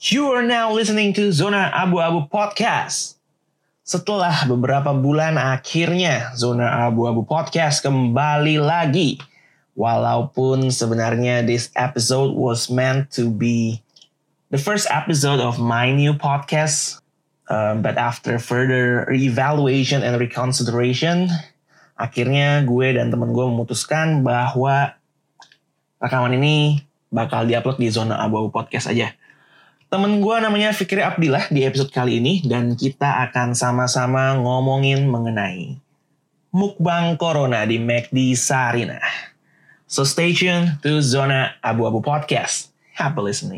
You are now listening to Zona Abu-Abu Podcast. Setelah beberapa bulan akhirnya Zona Abu-Abu Podcast kembali lagi. Walaupun sebenarnya this episode was meant to be the first episode of my new podcast. But after further re-evaluation and reconsideration, akhirnya gue dan temen gue memutuskan bahwa rekaman ini bakal diupload di Zona Abu-Abu Podcast aja. Temen gue namanya Fikri Abdillah di episode kali ini, dan kita akan sama-sama ngomongin mengenai mukbang corona di McD Sarinah. So stay tuned to Zona Abu-Abu Podcast. Happy listening.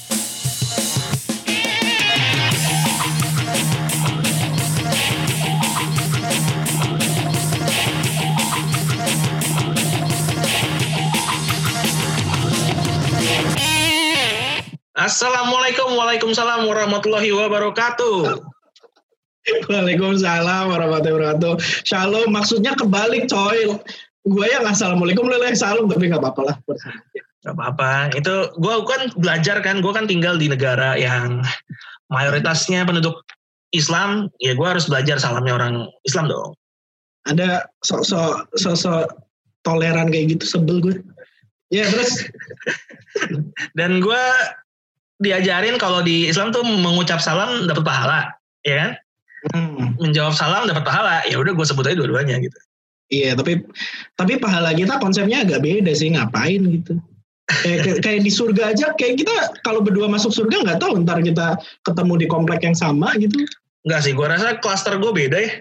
Assalamualaikum, waalaikumsalam warahmatullahi wabarakatuh. Waalaikumsalam warahmatullahi wabarakatuh. Shalom, maksudnya kebalik coy. Gue yang assalamualaikum leleh salam, tapi gak apa-apa lah. Gak apa-apa, itu gue kan belajar kan, gue kan tinggal di negara yang mayoritasnya penduduk Islam, ya gue harus belajar salamnya orang Islam dong. Ada sosok toleran kayak gitu, sebel gue. Ya terus. Dan gue diajarin kalau di Islam tuh mengucap salam dapat pahala, ya kan? Menjawab salam dapat pahala. Ya udah gue sebut aja dua-duanya gitu. Iya, tapi pahala kita konsepnya agak beda sih, ngapain gitu. Kayak di surga aja, kayak kita kalau berdua masuk surga nggak tahu ntar kita ketemu di komplek yang sama gitu. Enggak sih, gue rasa klaster gue beda ya.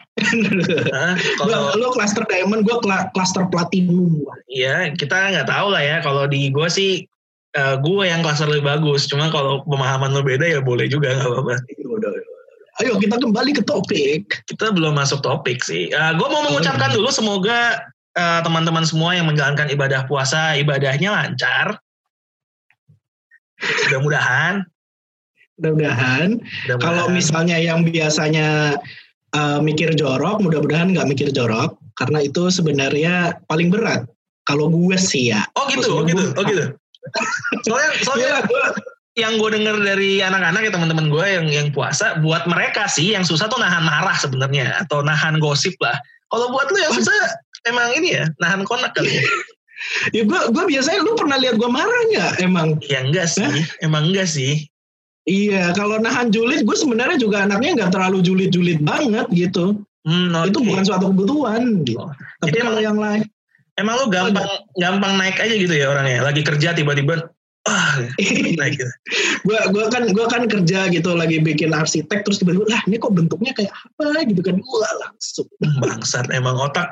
Lo klaster diamond, gue klaster platinum. Iya, kita nggak tahu lah ya. Kalau di gue sih gue yang klaster lebih bagus. Cuma kalau pemahaman lo beda ya boleh juga, nggak apa-apa. Ayo kita kembali ke topik. Kita belum masuk topik sih. Gue mau mengucapkan dulu semoga teman-teman semua yang menjalankan ibadah puasa, ibadahnya lancar. Mudah-mudahan. Kalau misalnya yang biasanya mikir jorok, mudah-mudahan nggak mikir jorok. Karena itu sebenarnya paling berat. Kalau gue sih ya. Oh gitu. Soalnya yang gue denger dari anak-anak ya, teman-teman gue yang puasa, buat mereka sih yang susah tuh nahan marah sebenarnya, atau nahan gosip lah. Kalau buat lu yang susah emang ini ya, nahan konak kali. Ya gue biasanya, lu pernah lihat gue marah nggak emang? Ya enggak sih, emang enggak sih. Iya, kalau nahan julid gue sebenarnya juga anaknya nggak terlalu julid banget gitu. Itu bukan suatu kebutuhan gitu. Tapi kalau yang lain, emang lu gampang naik aja gitu ya orangnya. Lagi kerja tiba-tiba naik gitu. Gue kan kerja gitu, lagi bikin arsitek, terus tiba-tiba lah ini kok bentuknya kayak apa gitu kan. Langsung bangsat emang otak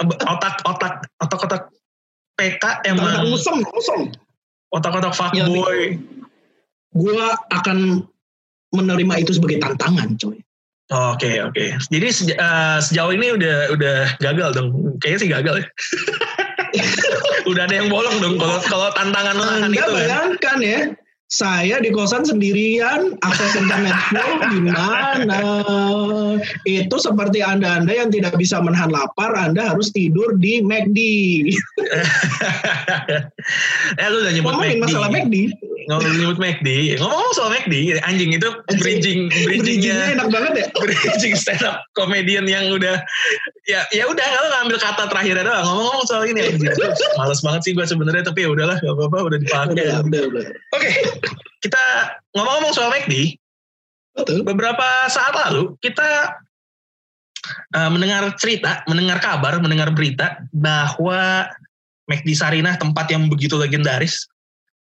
PK emang ngusem. Otak fuckboy. Gue akan menerima itu sebagai tantangan, coy. Oke. Jadi sejauh ini udah gagal dong. Kayaknya sih gagal ya. Udah ada yang bolong dong kalau tantangan menahan itu. Bayangkan ya, saya di kosan sendirian, akses internetnya gimana? Itu seperti Anda yang tidak bisa menahan lapar, Anda harus tidur di McD. Lu udah nyebut McD. Masalah McD. Ngomong soal McD, anjing itu bridgingnya enak banget ya. Bridging stand up comedian yang udah ya udah kalau ngambil kata terakhirnya doang. Ngomong soal ini anjing. Males banget sih gue sebenarnya, tapi ya udahlah, enggak apa-apa, udah dipakai. Udah. Oke. Kita ngomong soal McD. Betul. Beberapa saat lalu kita mendengar kabar, mendengar berita bahwa McD Sarinah, tempat yang begitu legendaris,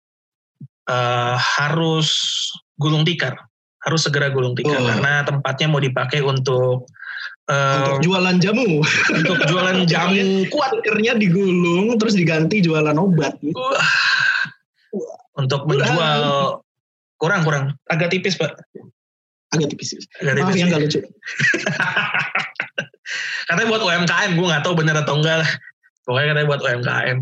harus gulung tikar, harus segera gulung tikar karena tempatnya mau dipakai untuk jualan jamu. Untuk jualan jamu kuat. Tikernya digulung terus diganti jualan obat. Untuk menjual kurang agak tipis, Pak. Agak tipis. Maaf yang gak lucu. Katanya buat UMKM, gue gak tahu bener atau enggak lah. Pokoknya katanya buat UMKM.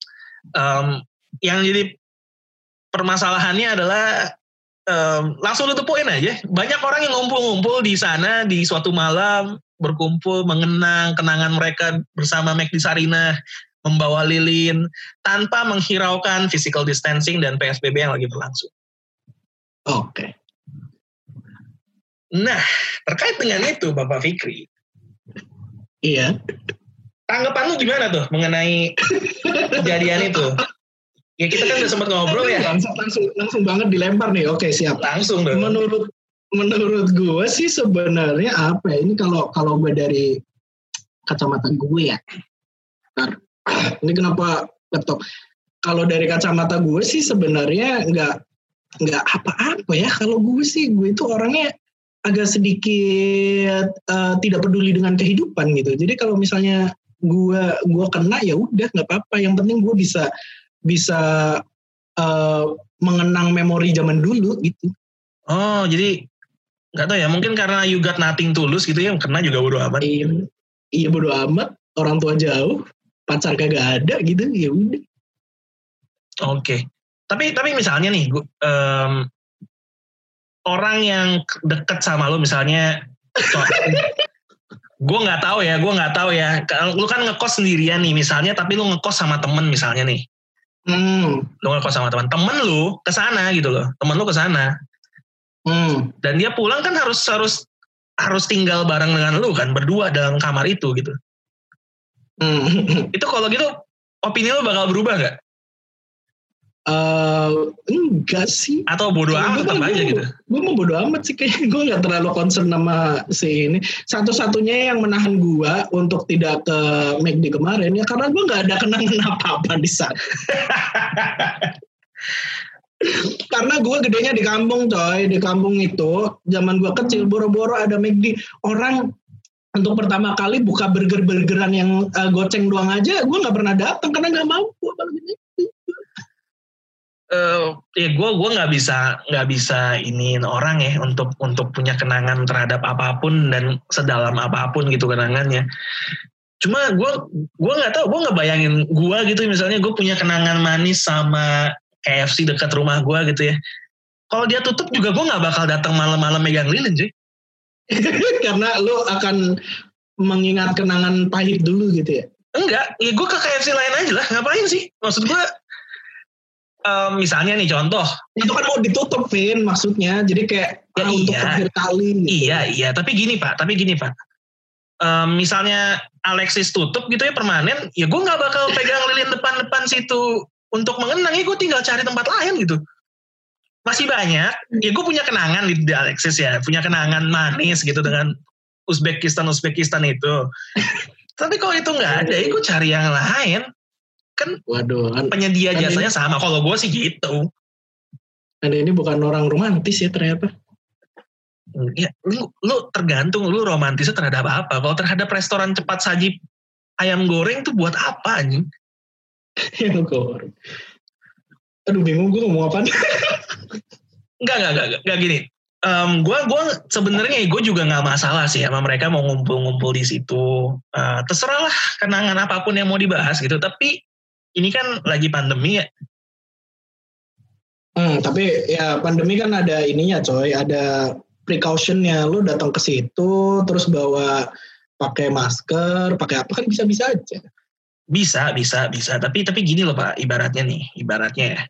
Yang jadi permasalahannya adalah langsung ditepuin aja. Banyak orang yang ngumpul-ngumpul di sana di suatu malam, berkumpul mengenang kenangan mereka bersama McD Sarinah, membawa lilin, tanpa menghiraukan physical distancing dan PSBB yang lagi berlangsung. Oke. Nah, terkait dengan itu Bapak Fikri. Iya. Tanggapan lu gimana tuh mengenai kejadian itu? Ya kita kan udah sempat ngobrol ya. Langsung banget dilempar nih. Oke, siap. Langsung dong. Menurut gue sih sebenarnya apa ya? Ini kalau gue dari kacamata gue ya. Bentar. Ini kenapa laptop? Kalau dari kacamata gue sih sebenarnya nggak apa-apa ya. Kalau gue itu orangnya agak sedikit tidak peduli dengan kehidupan gitu. Jadi kalau misalnya gue kena ya udah nggak apa-apa. Yang penting gue bisa mengenang memori zaman dulu gitu. Oh, jadi nggak tahu ya, mungkin karena you got nothing tulus gitu ya, kena juga bodo amat. Iya bodo amat, orang tua jauh, pacar kagak ada gitu, ya udah. Oke. Tapi misalnya nih, orang yang deket sama lu misalnya, gue nggak tahu ya. Lu kan ngekos sendirian nih misalnya, tapi lu ngekos sama temen misalnya nih. Lu ngekos sama temen lu kesana gitu loh, temen lu kesana. Dan dia pulang kan harus tinggal bareng dengan lu kan, berdua dalam kamar itu gitu. Itu kalau gitu opini lu bakal berubah nggak? Enggak sih. Atau bodo amat tetap aja gitu? Gue mau bodo amat sih, kayaknya gue nggak terlalu concern sama si ini. Satu-satunya yang menahan gue untuk tidak ke McD kemarin ya karena gue nggak ada kenangan apa-apa di sana. Karena gue gedenya di kampung coy, di kampung itu zaman gue kecil boro-boro ada McD, orang untuk pertama kali buka burger-burgeran yang goceng doang aja gue nggak pernah datang karena nggak mampu apalagi ya gue nggak bisa iniin orang ya untuk punya kenangan terhadap apapun dan sedalam apapun gitu kenangannya. Cuma gue nggak tahu, gue nggak bayangin gue gitu misalnya gue punya kenangan manis sama KFC dekat rumah gue gitu ya. Kalau dia tutup juga gue nggak bakal datang malam-malam megang lilin cuy. Karena lu akan mengingat kenangan pahit dulu gitu ya? Enggak, ya gue ke KFC lain aja lah. Ngapain sih? Maksud gue, misalnya nih contoh. Itu kan mau ditutup, Vin, maksudnya. Jadi kayak ya untuk terakhir kali. Gitu. Iya. Tapi gini Pak. Misalnya Alexis tutup gitu ya permanen, ya gue nggak bakal pegang lilin depan situ untuk mengenang. Ya gue tinggal cari tempat lain gitu. Masih banyak. Ya gue punya kenangan di Alexis ya. Punya kenangan manis gitu dengan Uzbekistan itu. Tapi kalau itu nggak ada, ya gue cari yang lain. Kan penyedia jasanya sama. Kalau gue sih gitu. Anda ini bukan orang romantis ya ternyata. Ya, lu tergantung lu romantisnya terhadap apa. Kalau terhadap restoran cepat saji ayam goreng tuh buat apa anjing? Ayam goreng. Aduh bingung gue ngomong apa. Enggak gini. Gue sebenarnya gue juga nggak masalah sih sama mereka mau ngumpul di situ. Terserah lah kenangan apapun yang mau dibahas gitu. Tapi ini kan lagi pandemi ya. Tapi ya pandemi kan ada ininya coy, ada precautionnya. Lu datang ke situ terus bawa pakai masker, pakai apa kan bisa-bisa aja. Bisa. Tapi gini loh Pak, ibaratnya ya.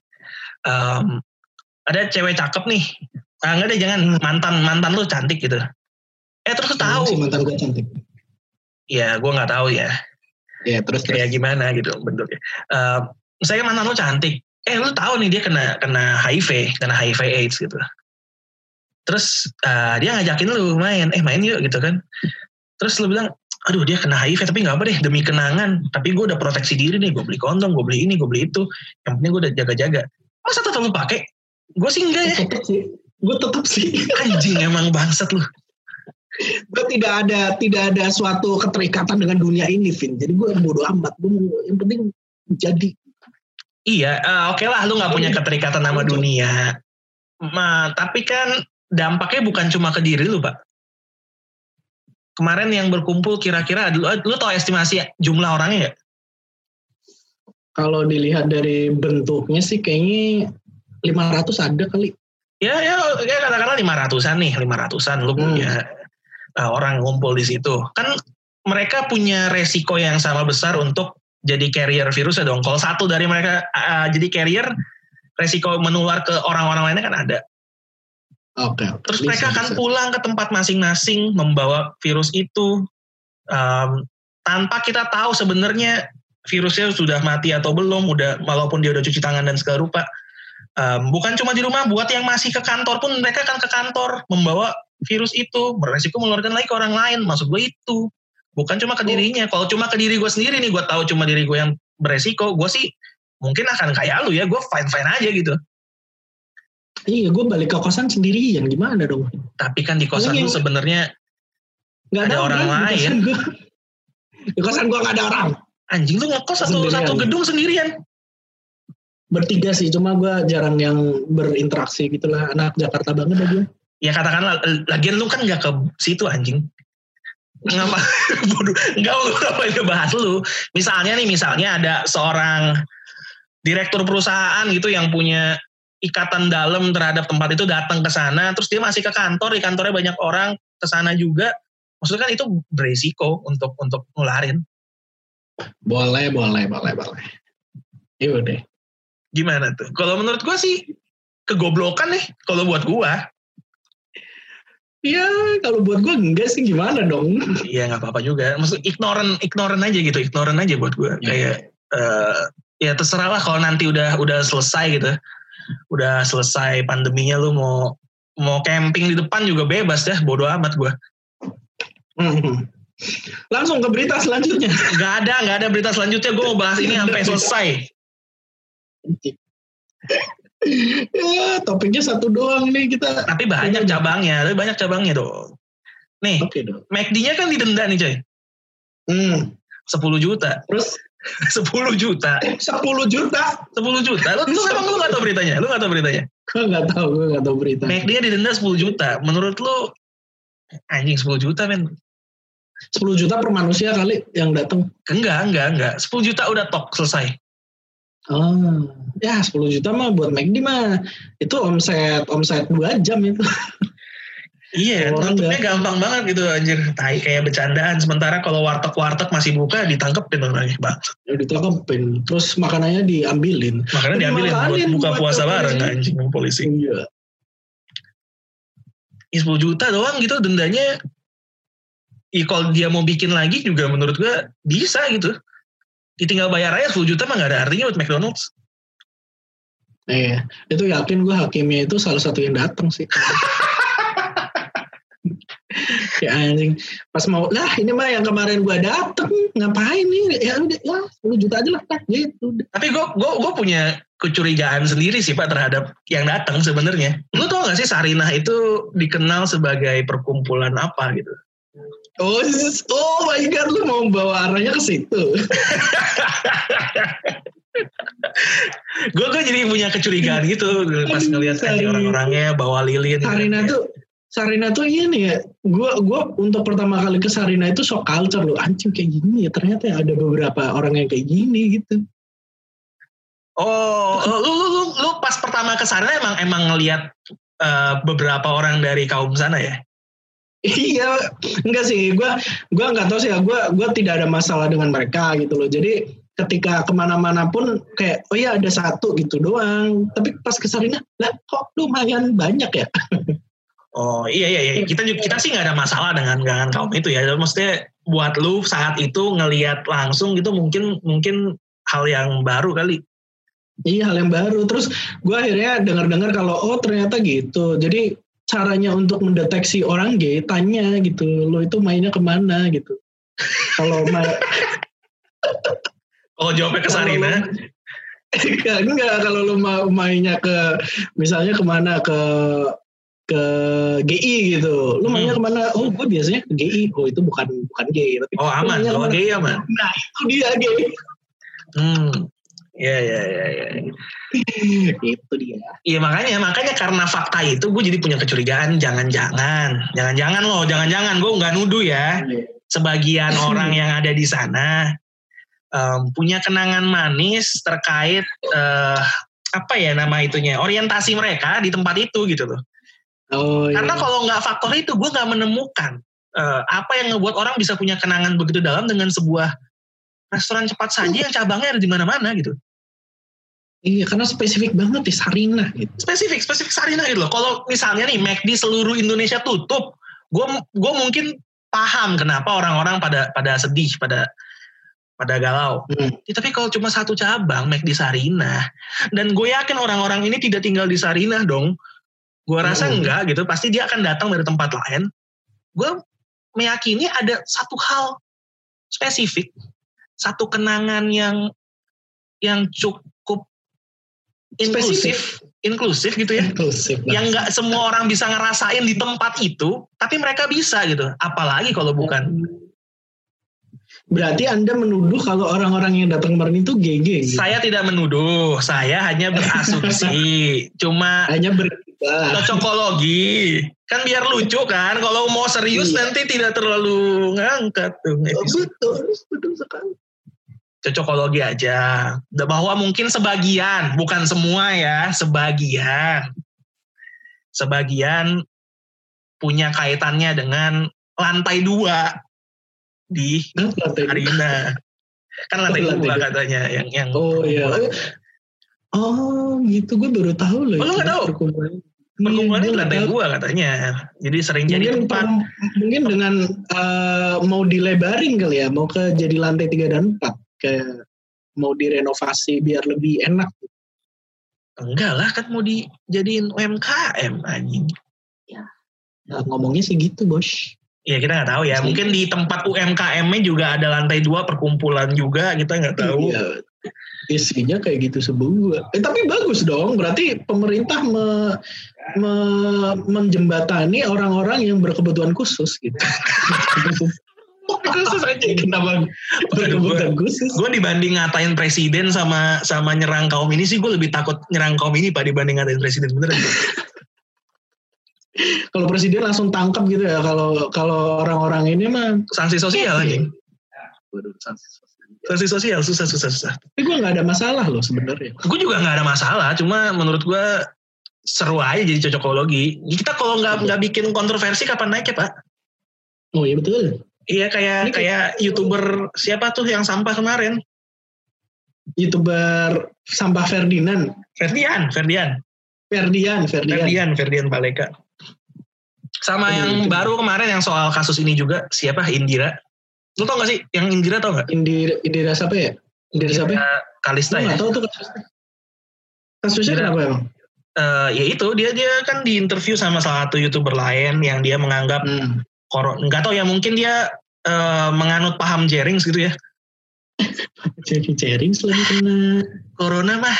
Ada cewek cakep nih. Enggak deh, jangan mantan lu cantik gitu. Terus tahu. Si mantan gue cantik. Ya, gue nggak tahu ya. Ya terus kayak gimana gitu bentuknya. Misalnya mantan lu cantik. Lu tahu nih dia kena HIV AIDS gitu. Terus dia ngajakin lu main yuk gitu kan. Terus lu bilang, aduh dia kena HIV tapi nggak apa deh demi kenangan. Tapi gue udah proteksi diri nih, gue beli kondom, gue beli ini, gue beli itu. Yang penting gue udah jaga-jaga. Masa tetap lu pakai? Gue sih enggak ya. Gue tetap sih. Anjing emang bangsat lu. Gue tidak ada suatu keterikatan dengan dunia ini, Vin. Jadi gue bodo amat. Gue yang penting jadi. Iya, oke lah lu nggak punya keterikatan sama dunia. Tapi kan dampaknya bukan cuma ke diri lu, Pak. Kemarin yang berkumpul kira-kira, lu tahu estimasi jumlah orangnya nggak? Kalau dilihat dari bentuknya sih kayaknya 500 ada kali. Ya katakanlah 500-an lu punya orang ngumpul di situ. Kan mereka punya resiko yang sama besar untuk jadi carrier virus ya dong. Kalau satu dari mereka jadi carrier, resiko menular ke orang-orang lainnya kan ada. Oke. Terus mereka akan pulang ke tempat masing-masing membawa virus itu tanpa kita tahu sebenarnya virusnya sudah mati atau belum, walaupun dia udah cuci tangan dan segala rupa. Bukan cuma di rumah, buat yang masih ke kantor pun mereka akan ke kantor membawa virus itu, beresiko menularkan lagi ke orang lain. Maksud gue itu bukan cuma ke dirinya. Kalau cuma ke diri gue sendiri nih, gue tahu cuma diri gue yang beresiko, gue sih mungkin akan kayak lu ya, gue fine aja gitu. Iya, gue balik ke kosan sendirian, gimana dong? Tapi kan di kosan lu sebenarnya nggak ada orang lain. Di kosan gue nggak ada orang. Anjing, lu ngekos satu gedung sendirian? Bertiga sih, cuma gue jarang yang berinteraksi gitulah. Anak Jakarta banget aja. Ya katakanlah, lagian lu kan nggak ke situ anjing. Nggak ngapain ngebahas lu. Misalnya ada seorang direktur perusahaan gitu yang punya ikatan dalam terhadap tempat itu, datang ke sana, terus dia masih ke kantor, di kantornya banyak orang ke sana juga. Maksudnya kan itu beresiko untuk nularin. Boleh. Iya deh. Gimana tuh? Kalau menurut gue sih kegoblokan nih kalau buat gue. Ya kalau buat gue enggak sih, gimana dong? Iya nggak apa-apa juga. Maksud ignoran aja gitu, ignoran aja buat gue. Kayak ya terserah lah kalau nanti udah selesai gitu, udah selesai pandeminya, lu mau camping di depan juga bebas deh, bodo amat gue. Langsung ke berita selanjutnya. Nggak ada berita selanjutnya. Gue mau bahas ini sampai selesai. Ya, topiknya satu doang nih kita. Tapi banyak cabangnya dong. Nih, McD-nya kan didenda nih coy. 10 juta. Terus 10 juta. 10 juta. Lu nggak tahu beritanya? Gue nggak tahu berita. McD-nya didenda 10 juta. Menurut lu anjing 10 juta men? 10 juta per manusia kali yang datang. Enggak. 10 juta udah tok selesai. Ya 10 juta mah buat McD mah itu omset 2 jam itu. Iya, nutupnya gampang banget gitu anjir, kayak bercandaan. Sementara kalau warteg masih buka, ditangkepin orangnya bang. Ya ditangkepin, terus makanannya diambilin. Buat buka puasa bareng anjing polisi. Iya. 10 juta doang gitu dendanya. Kalau dia mau bikin lagi juga menurut gue bisa gitu. Tinggal bayar aja 10 juta mah gak ada artinya buat McDonald's. Iya, itu yakin gue hakimnya itu salah satu yang datang sih. Ya anjing, pas mau lah ini mah yang kemarin gue dateng, ngapain nih? Ya udah, 10 juta aja lah gitu. Tapi gue punya kecurigaan sendiri sih Pak terhadap yang datang sebenarnya. Lu tau gak sih Sarinah itu dikenal sebagai perkumpulan apa gitu? Oh my god, lu mau bawa arahnya ke situ. Gue jadi punya kecurigaan gitu pas ngelihat orang-orangnya bawa lilin. Sarina tuh ini ya. Gue untuk pertama kali ke Sarina itu shock culture loh. Anjing kayak gini ya, ternyata ada beberapa orang yang kayak gini gitu. Oh, lu pas pertama ke Sarina emang ngelihat beberapa orang dari kaum sana ya? Iya, enggak sih. Gue nggak tahu sih ya. Gue tidak ada masalah dengan mereka gitu loh. Jadi ketika kemana-mana pun kayak oh ya ada satu gitu doang. Tapi pas ke Sarina, lah kok lumayan banyak ya. Oh iya. Kita sih nggak ada masalah dengan kaum itu ya. Maksudnya buat lu saat itu ngelihat langsung gitu mungkin hal yang baru kali. Iya, hal yang baru. Terus gue akhirnya dengar kalau oh ternyata gitu. Jadi caranya untuk mendeteksi orang gay, tanya gitu, lo itu mainnya kemana gitu. Kalau jawabnya ke Sarina? Enggak, kalau lo mainnya ke misalnya kemana ke GI gitu, lo mainnya kemana? Oh, gue biasanya ke GI. Oh, itu bukan gay, tapi aman. Kalau gay aman. Nah, itu dia gay. Ya. Itu dia. Iya makanya karena fakta itu gue jadi punya kecurigaan jangan-jangan gue nggak nuduh ya. Sebagian orang yang ada di sana punya kenangan manis terkait apa ya nama itunya, orientasi mereka di tempat itu gitu loh. Karena kalau nggak faktor itu gue nggak menemukan apa yang ngebuat orang bisa punya kenangan begitu dalam dengan sebuah restoran cepat saji yang cabangnya ada di mana-mana gitu. Iya, karena spesifik banget di Sarinah gitu. Spesifik Sarinah gitu loh. Kalau misalnya nih McD seluruh Indonesia tutup, gue mungkin paham kenapa orang-orang pada sedih, pada galau. Tapi kalau cuma satu cabang McD Sarinah, dan gue yakin orang-orang ini tidak tinggal di Sarinah dong. Gue rasa enggak gitu, pasti dia akan datang dari tempat lain. Gue meyakini ada satu hal spesifik, satu kenangan yang cukup inklusif gitu ya. Yang nggak semua orang bisa ngerasain di tempat itu, tapi mereka bisa gitu. Apalagi kalau bukan. Berarti Anda menuduh kalau orang-orang yang datang kemarin itu GG gitu? Saya tidak menuduh, saya hanya berasumsi. Cuma hanya cocokologi. Kan biar lucu kan, kalau mau serius nanti tidak terlalu ngangkat tuh. Betul sekali. Cocokologi aja. Bahwa mungkin sebagian, bukan semua ya, sebagian punya kaitannya dengan lantai 2 di Arena. Kan lantai 2 katanya yang Oh iya. Oh gitu, gue baru tahu loh. Oh, lu nggak tahu? Perkumpulannya lantai 2 katanya. Jadi sering jadi tempat. Mungkin dengan mau dilebarin kali ya, mau ke jadi lantai 3 dan 4. Kayak mau direnovasi biar lebih enak. Enggak lah, kan mau dijadiin UMKM anjing. Ya. Nah, ngomongnya sih gitu, Bos. Ya kita nggak tahu ya. Mungkin di tempat UMKM-nya juga ada lantai 2 perkumpulan juga, kita nggak tahu. Iya. Isinya kayak gitu semua. Tapi bagus dong. Berarti pemerintah menjembatani orang-orang yang berkebutuhan khusus gitu. Khusus aja. Kenapa berkebutuhan khusus? Gue dibanding ngatain presiden sama nyerang kaum ini sih, gue lebih takut nyerang kaum ini Pak dibanding ngatain presiden, beneran. Kalau presiden langsung tangkap gitu ya. Kalau orang-orang ini mah sanksi sosial anjing. Sanksi sosial susah. Tapi gue nggak ada masalah loh sebenarnya. Gue juga nggak ada masalah. Cuma menurut gue seru aja jadi cocokologi. Kita kalau nggak bikin kontroversi kapan naik ya Pak? Oh iya betul. Iya kayak YouTuber siapa tuh yang sampah kemarin? YouTuber sampah Ferdian Paleka. Sama yang baru kemarin yang soal kasus ini juga, siapa? Indira. Lu tau gak sih? Yang Indira tau gak? Indira siapa ya? Indira Kalista ya? Gak tau tuh kasusnya kenapa emang? Ya itu, dia kan di interview sama salah satu YouTuber lain yang dia menganggap nggak tahu ya, mungkin dia menganut paham Jerings gitu ya. Jerings lagi kena corona mah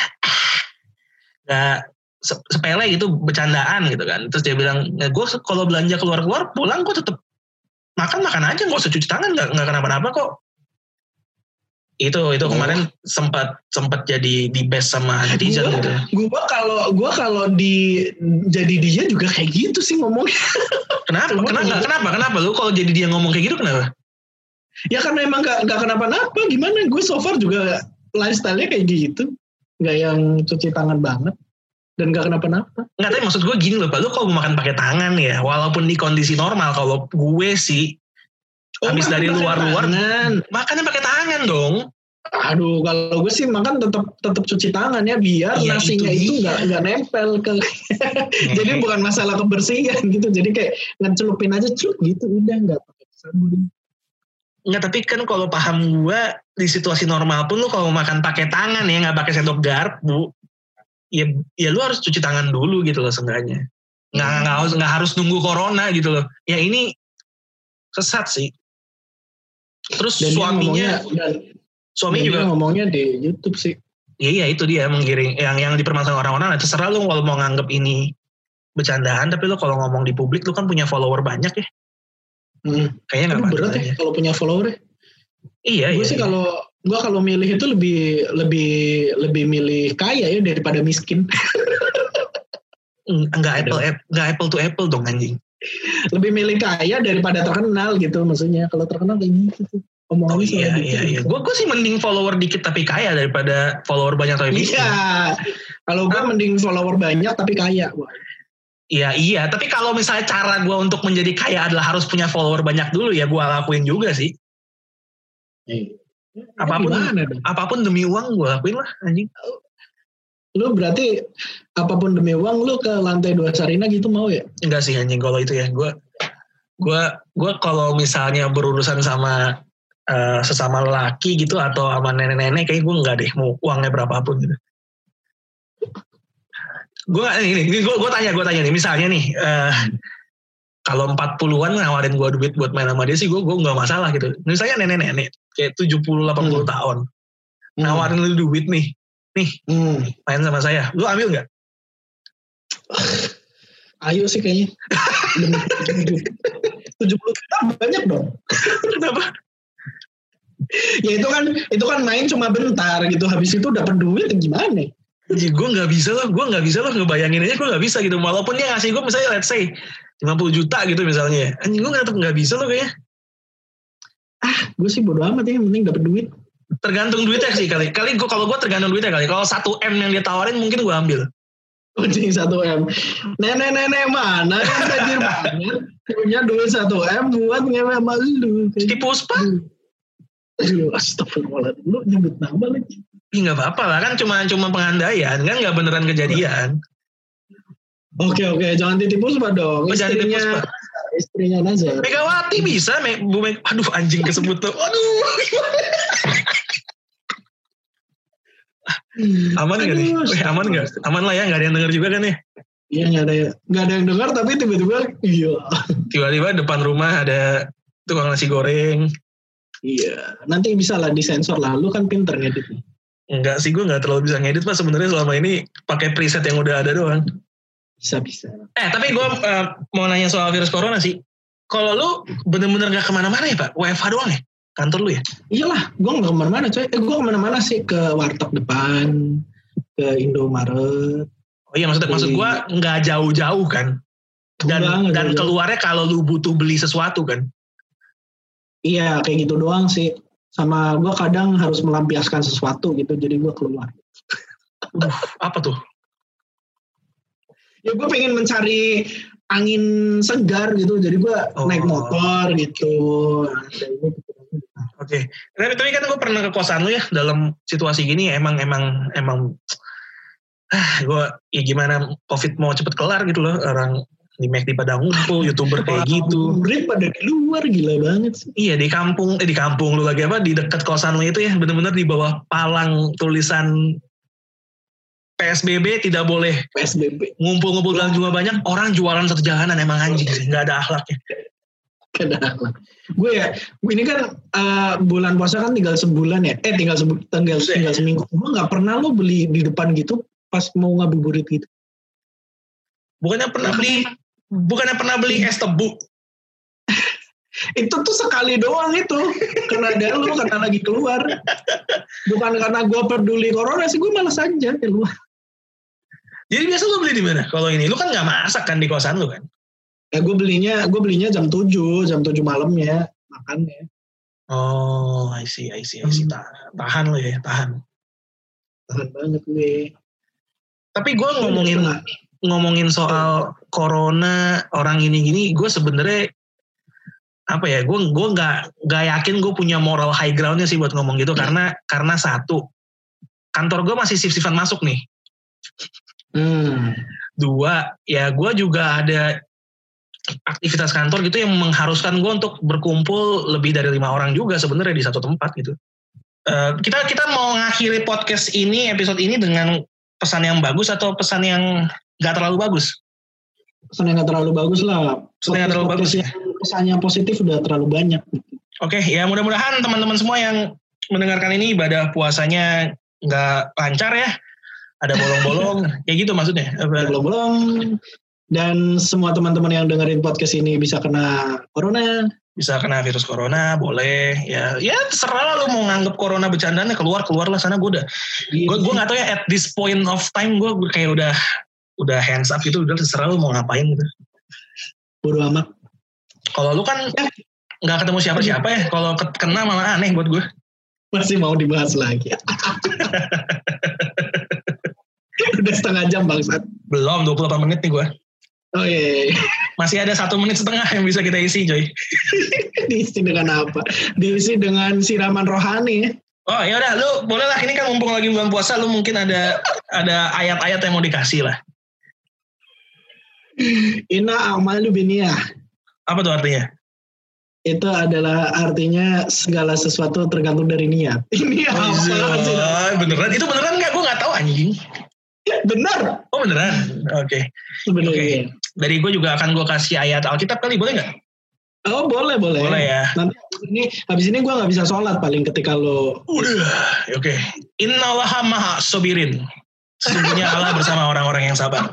nggak sepele gitu, bercandaan gitu kan. Terus dia bilang, gue kalau belanja keluar pulang gue tetap makan aja, nggak usah cuci tangan, nggak kenapa-napa kok. Itu kemarin sempat jadi di best sama netizen gitu. Gua kalau jadi dia juga kayak gitu sih ngomongnya. Kenapa lu kalau jadi dia ngomong kayak gitu kenapa? Ya karena emang nggak kenapa-napa. Gimana? Gue so far juga lifestyle-nya kayak gitu, nggak yang cuci tangan banget dan nggak kenapa-napa. Nggak, tapi maksud gue gini loh Pak, lu kalau makan pakai tangan ya, walaupun di kondisi normal, kalau gue sih habis dari luar makannya pakai tangan dong. Aduh, kalau gue sih makan tetap cuci tangan ya, biar nasinya itu nggak nempel ke. Jadi bukan masalah kebersihan gitu, jadi kayak ngecelupin aja gitu, udah nggak pakai sabun. Nggak, tapi kan kalau paham gue di situasi normal pun lu kalau makan pakai tangan ya, nggak pakai sendok garpu, ya lu harus cuci tangan dulu gitu loh seenggaknya. Nggak harus nunggu corona gitu loh. Ya ini sesat sih. Terus dan suaminya juga ngomongnya di YouTube sih. Iya itu dia menggiring yang dipermasalahkan orang-orang. Terserah lu kalau mau nganggap ini bercandaan, tapi lu kalau ngomong di publik lu kan punya follower banyak ya. Kayaknya nggak berat ya kalau punya follower. Iya. Gue sih kalau milih itu lebih milih kaya ya daripada miskin. Enggak apple to apple dong anjing. Lebih milih kaya daripada terkenal gitu maksudnya. Kalau terkenal kayak gitu. Iya. Gue sih mending follower dikit tapi kaya daripada follower banyak tapi miskin. Iya. Kalau gue mending follower banyak tapi kaya. Iya. Tapi kalau misalnya cara gue untuk menjadi kaya adalah harus punya follower banyak dulu, ya gue lakuin juga sih. Apapun demi uang gue lakuin lah anjing. Lu berarti apapun demi uang lu ke lantai 2 Sarina gitu mau ya? Enggak sih anjing kalau itu ya. Gue kalau misalnya berurusan sama sesama lelaki gitu atau sama nenek-nenek kayak gue enggak deh mau uangnya berapapun gitu. Gue tanya nih misalnya nih kalau 40-an nawarin gue duit buat main sama dia sih gue enggak masalah gitu. Misalnya nenek-nenek kayak 70-80 tahun nawarin lu duit nih main sama saya, lu ambil nggak? Ayo sih kayaknya. 70 juta banyak dong. Kenapa? Ya itu kan main cuma bentar gitu, habis itu dapat duit gimana? Gue nggak bisa loh ngebayangin aja gue nggak bisa gitu. Walaupun dia ngasih gue misalnya let's say 50 juta gitu misalnya, anjing gue nggak bisa loh kayaknya. Gue sih bodo amat ya, yang penting dapat duit. Tergantung duitnya sih kali kalau gue tergantung duitnya kali. Kalau 1 M yang dia tawarin mungkin gue ambil. Anjing 1 M. Nenek-nenek mana yang tajir banget punya duit 1 M buat ngewe sama lu. Si Puspa. Astagfirullahaladzim, lu nyebut nama lagi. Nggak apa-apa lah kan cuma pengandaian kan nggak beneran kejadian. Oke, jangan titip Puspa dong. Istrinya Nazar. Megawati bisa, aduh anjing kesebut tuh. Aduh. Aman nggak nih? Aman nggak? Aman lah ya, nggak ada yang dengar juga kan ya? Iya nggak ada yang dengar tapi tiba-tiba iya. Tiba-tiba depan rumah ada tukang nasi goreng. Iya, nanti bisa lah disensor lah. Lu kan pinter ngedit. Enggak sih, gue nggak terlalu bisa ngedit Pak. Sebenarnya selama ini pakai preset yang udah ada doang. Bisa. Tapi gue mau nanya soal virus corona sih. Kalau lu bener-bener nggak kemana-mana ya Pak? WFH doang ya? Kantor lu ya? Iyalah, gue nggak kemana-mana coy. Gue kemana-mana sih, ke warteg depan, ke Indomaret. Oh iya, maksud gue nggak jauh-jauh kan? Dan keluarnya kalau lu butuh beli sesuatu kan? Iya, kayak gitu doang sih. Sama gue kadang harus melampiaskan sesuatu gitu, jadi gue keluar. Apa tuh? Ya gue pengen mencari angin segar gitu, jadi gue naik motor gitu. Oke. Tapi kan gue pernah ke kosan lu ya dalam situasi gini emang gue ya gimana COVID mau cepet kelar gitu loh, orang di McD pada ngumpul, YouTuber kayak gitu. Murid pada di luar, gila banget sih. Iya, di kampung lu lagi di dekat kosan lu itu ya, bener-bener di bawah palang tulisan PSBB tidak boleh. PSBB. Ngumpul-ngumpul dalam jumlah banyak, orang jualan satu jalanan emang anjing sih, nggak ada akhlaknya. Gak ada akhlak. Gue ini kan bulan puasa kan tinggal sebulan ya. Tinggal seminggu. Gue nggak pernah lo beli di depan gitu pas mau ngabuburit gitu. Bukannya pernah beli es tebu. Itu tuh sekali doang itu. Karena ada lu, karena lagi keluar. Bukan karena gue peduli corona sih, gue malas aja keluar. Jadi biasa lu beli di mana? Kalau ini lu kan nggak masak kan di kosan lu kan? Gue belinya jam 7 malamnya makannya. Oh, I see. Tahan lu ya, tahan banget gue. Tapi gue ngomongin soal corona, orang ini gini, gue sebenarnya apa ya? Gue nggak yakin gue punya moral high groundnya sih buat ngomong gitu, karena satu, kantor gue masih shift-shiftan masuk nih. 2, ya gue juga ada aktivitas kantor gitu yang mengharuskan gue untuk berkumpul lebih dari 5 orang juga sebenarnya di satu tempat gitu. Kita mau ngakhiri podcast ini, episode ini dengan pesan yang bagus atau pesan yang nggak terlalu bagus? Pesan yang nggak terlalu bagus lah. Pesan yang terlalu bagus. Pesan yang positif udah terlalu banyak. Oke, ya mudah-mudahan teman-teman semua yang mendengarkan ini ibadah puasanya nggak lancar ya. Ada bolong-bolong, kayak gitu maksudnya. Bolong-bolong. Dan semua teman-teman yang dengerin podcast ini bisa kena corona. Bisa kena virus corona, boleh. Ya terserah lah lu mau nganggep corona bercandaan, keluar lah sana. Gue nggak tahu ya, at this point of time gue kayak udah hands up gitu, udah terserah lu mau ngapain gitu. Bodo amat. Kalau lu kan nggak ketemu siapa-siapa ya, kalau kena malah aneh buat gue. Masih mau dibahas lagi. Udah setengah jam bangsat. Belum, 28 menit nih gue. Oh iya. Masih ada 1 menit setengah yang bisa kita isi, coy. Diisi dengan apa? Diisi dengan siraman rohani. Oh ya udah, lu boleh lah, ini kan mumpung lagi bulan puasa, lu mungkin ada ayat-ayat yang mau dikasih lah. Inna a'malu binniyah. Apa tuh artinya? Itu adalah artinya segala sesuatu tergantung dari niat. Ini apa sih? Beneran? Itu beneran nggak? Gue nggak tahu anjing. Bener. Oh beneran? Oke. Sebenarnya. Dari gue juga akan gue kasih ayat Alkitab kali, boleh nggak? Oh boleh. Boleh ya. Nanti habis ini gue nggak bisa sholat paling ketika lo. Udah. Oke. Innallaha maha sobirin. Sesungguhnya Allah bersama orang-orang yang sabar.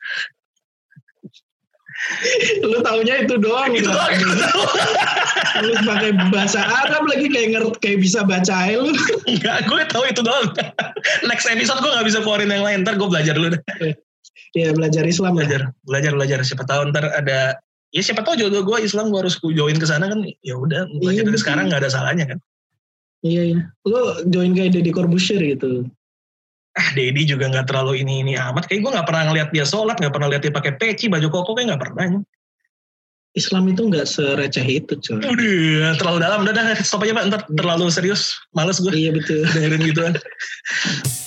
Lu taunya itu doang. Itu doang. Lu pakai bahasa Arab lagi kayak bisa baca lu. Enggak, gue tahu itu doang. Next episode gue nggak bisa keluarin yang lain. Ntar gue belajar dulu deh. Ya belajar Islam lah. Belajar. Siapa tahu ntar ada. Ya siapa tahu jodoh gue Islam, gue harus join ke sana kan. Ya udah, belajar dari sekarang nggak ada salahnya kan. Iya. Lu join kayak Deddy Corbuzier gitu. Deddy juga nggak terlalu ini amat. Kayak gue nggak pernah ngeliat dia sholat, nggak pernah lihat dia pakai peci, baju koko, kayak nggak pernah. Islam itu nggak sereceh itu, coy. Udah terlalu dalam. Udah stop aja Pak. Ntar terlalu serius. Males gue. Iya betul. Dengerin gituan.